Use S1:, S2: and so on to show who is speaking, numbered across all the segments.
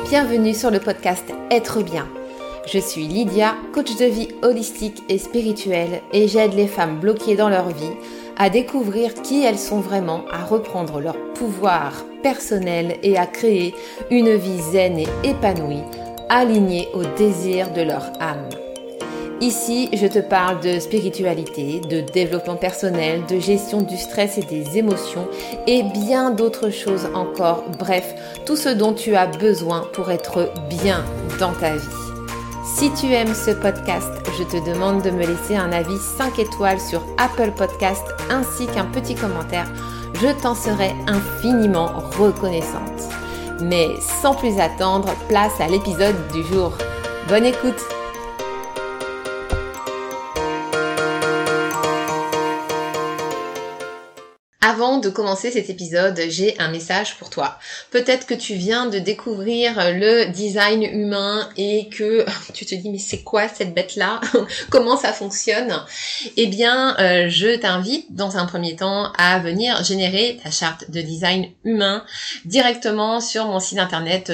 S1: Bienvenue sur le podcast Être bien. Je suis Lydia, coach de vie holistique et spirituelle et j'aide les femmes bloquées dans leur vie à découvrir qui elles sont vraiment, à reprendre leur pouvoir personnel et à créer une vie zen et épanouie, alignée au désir de leur âme. Ici, je te parle de spiritualité, de développement personnel, de gestion du stress et des émotions et bien d'autres choses encore. Bref, tout ce dont tu as besoin pour être bien dans ta vie. Si tu aimes ce podcast, je te demande de me laisser un avis 5 étoiles sur Apple Podcast ainsi qu'un petit commentaire. Je t'en serai infiniment reconnaissante. Mais sans plus attendre, place à l'épisode du jour. Bonne écoute! Avant de commencer cet épisode, j'ai un message pour toi. Peut-être que tu viens de découvrir le design humain et que tu te dis mais c'est quoi cette bête-là? Comment ça fonctionne? Eh bien, je t'invite dans un premier temps à venir générer ta charte de design humain directement sur mon site internet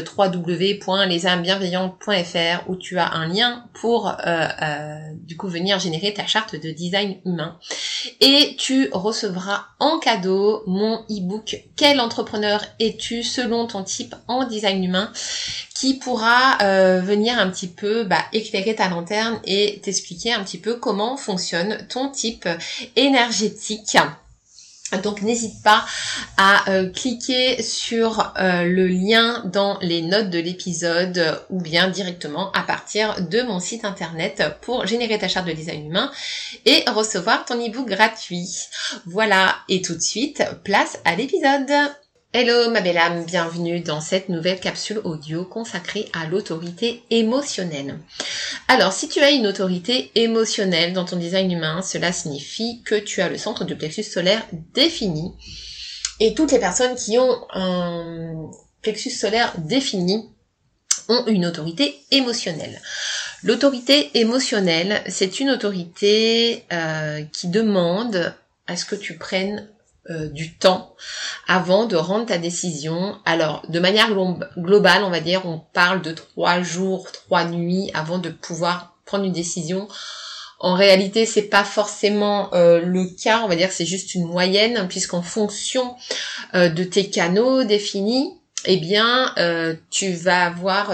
S1: www.lesamesbienveillantes.fr où tu as un lien pour du coup venir générer ta charte de design humain. Et tu recevras en cadeau mon e-book Quel entrepreneur es-tu selon ton type en design humain qui pourra venir un petit peu éclairer ta lanterne et t'expliquer un petit peu comment fonctionne ton type énergétique. Donc n'hésite pas à cliquer sur le lien dans les notes de l'épisode ou bien directement à partir de mon site internet pour générer ta charte de design humain et recevoir ton e-book gratuit. Voilà, et tout de suite, place à l'épisode. Hello ma belle âme, bienvenue dans cette nouvelle capsule audio consacrée à l'autorité émotionnelle. Alors si tu as une autorité émotionnelle dans ton design humain, cela signifie que tu as le centre du plexus solaire défini. Et toutes les personnes qui ont un plexus solaire défini ont une autorité émotionnelle. L'autorité émotionnelle, c'est une autorité qui demande à ce que tu prennes du temps avant de rendre ta décision. Alors, de manière globale, on va dire, on parle de 3 jours, 3 nuits avant de pouvoir prendre une décision. En réalité, c'est pas forcément le cas, on va dire que c'est juste une moyenne, puisqu'en fonction de tes canaux définis, eh bien, tu vas avoir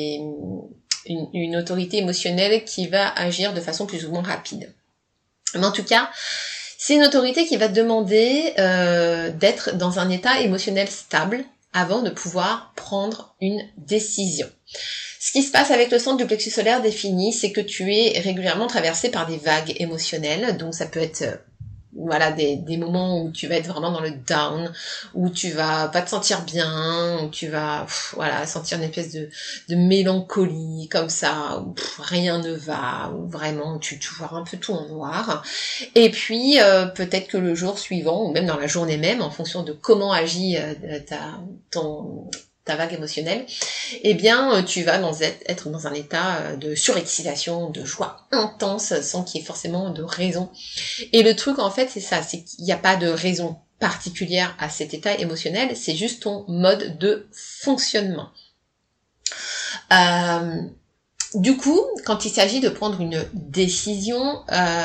S1: une autorité émotionnelle qui va agir de façon plus ou moins rapide. Mais en tout cas, c'est une autorité qui va te demander d'être dans un état émotionnel stable avant de pouvoir prendre une décision. Ce qui se passe avec le centre du plexus solaire défini, c'est que tu es régulièrement traversé par des vagues émotionnelles. Donc ça peut être des moments où tu vas être vraiment dans le down, où tu vas pas te sentir bien, où tu vas sentir une espèce de mélancolie comme ça, où rien ne va, où vraiment tu vois un peu tout en noir. Et puis peut-être que le jour suivant, ou même dans la journée même, en fonction de comment agit ta vague émotionnelle, eh bien tu vas être dans un état de surexcitation, de joie intense, sans qu'il y ait forcément de raison. Et le truc en fait c'est ça, c'est qu'il n'y a pas de raison particulière à cet état émotionnel, c'est juste ton mode de fonctionnement. Du coup, quand il s'agit de prendre une décision,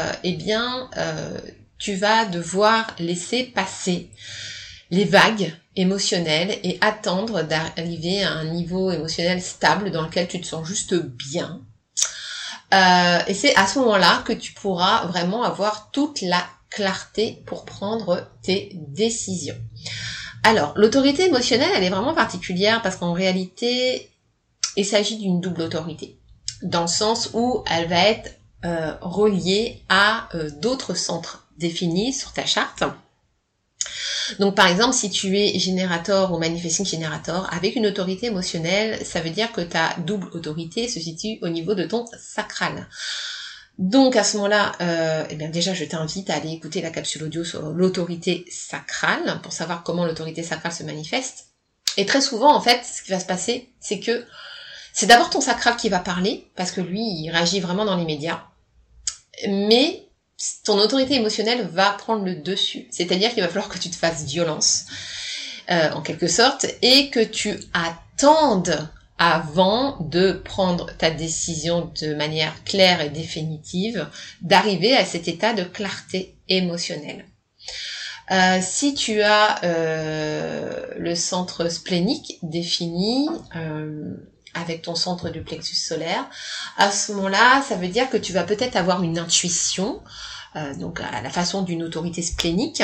S1: tu vas devoir laisser passer les vagues émotionnelles et attendre d'arriver à un niveau émotionnel stable dans lequel tu te sens juste bien. Et c'est à ce moment-là que tu pourras vraiment avoir toute la clarté pour prendre tes décisions. Alors, l'autorité émotionnelle, elle est vraiment particulière parce qu'en réalité, il s'agit d'une double autorité. Dans le sens où elle va être reliée à d'autres centres définis sur ta charte. Donc par exemple, si tu es générateur ou manifesting générateur avec une autorité émotionnelle, ça veut dire que ta double autorité se situe au niveau de ton sacral. Donc à ce moment-là, déjà je t'invite à aller écouter la capsule audio sur l'autorité sacrale pour savoir comment l'autorité sacrale se manifeste. Et très souvent en fait, ce qui va se passer, c'est que c'est d'abord ton sacral qui va parler, parce que lui, il réagit vraiment dans l'immédiat. Mais ton autorité émotionnelle va prendre le dessus. C'est-à-dire qu'il va falloir que tu te fasses violence, en quelque sorte, et que tu attendes avant de prendre ta décision de manière claire et définitive, d'arriver à cet état de clarté émotionnelle. Si tu as le centre splénique défini avec ton centre du plexus solaire, à ce moment-là, ça veut dire que tu vas peut-être avoir une intuition, donc à la façon d'une autorité splénique,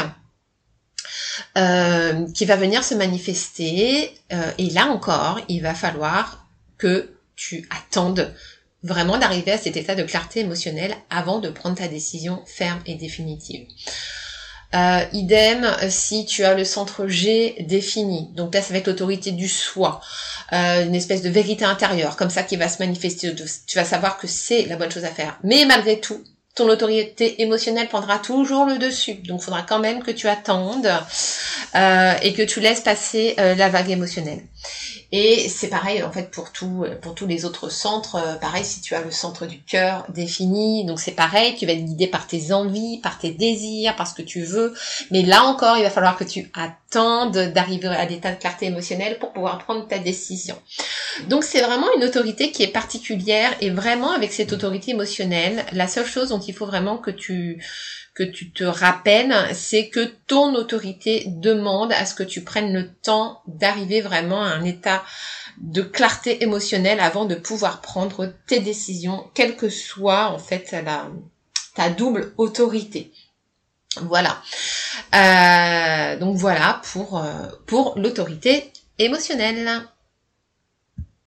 S1: qui va venir se manifester, et là encore, il va falloir que tu attendes vraiment d'arriver à cet état de clarté émotionnelle avant de prendre ta décision ferme et définitive. Idem si tu as le centre G défini, donc là ça va être l'autorité du soi, une espèce de vérité intérieure comme ça qui va se manifester, tu vas savoir que c'est la bonne chose à faire, mais malgré tout ton autorité émotionnelle prendra toujours le dessus, donc il faudra quand même que tu attendes et que tu laisses passer la vague émotionnelle. Et c'est pareil en fait pour tous les autres centres, pareil si tu as le centre du cœur défini, donc c'est pareil, tu vas être guidé par tes envies, par tes désirs, par ce que tu veux, mais là encore il va falloir que tu attendes d'arriver à des états de clarté émotionnelle pour pouvoir prendre ta décision. Donc c'est vraiment une autorité qui est particulière, et vraiment avec cette autorité émotionnelle, la seule chose dont il faut vraiment que tu te rappelles, c'est que ton autorité demande à ce que tu prennes le temps d'arriver vraiment à un état de clarté émotionnelle avant de pouvoir prendre tes décisions, quelle que soit en fait ta double autorité. Voilà. Donc voilà pour l'autorité émotionnelle.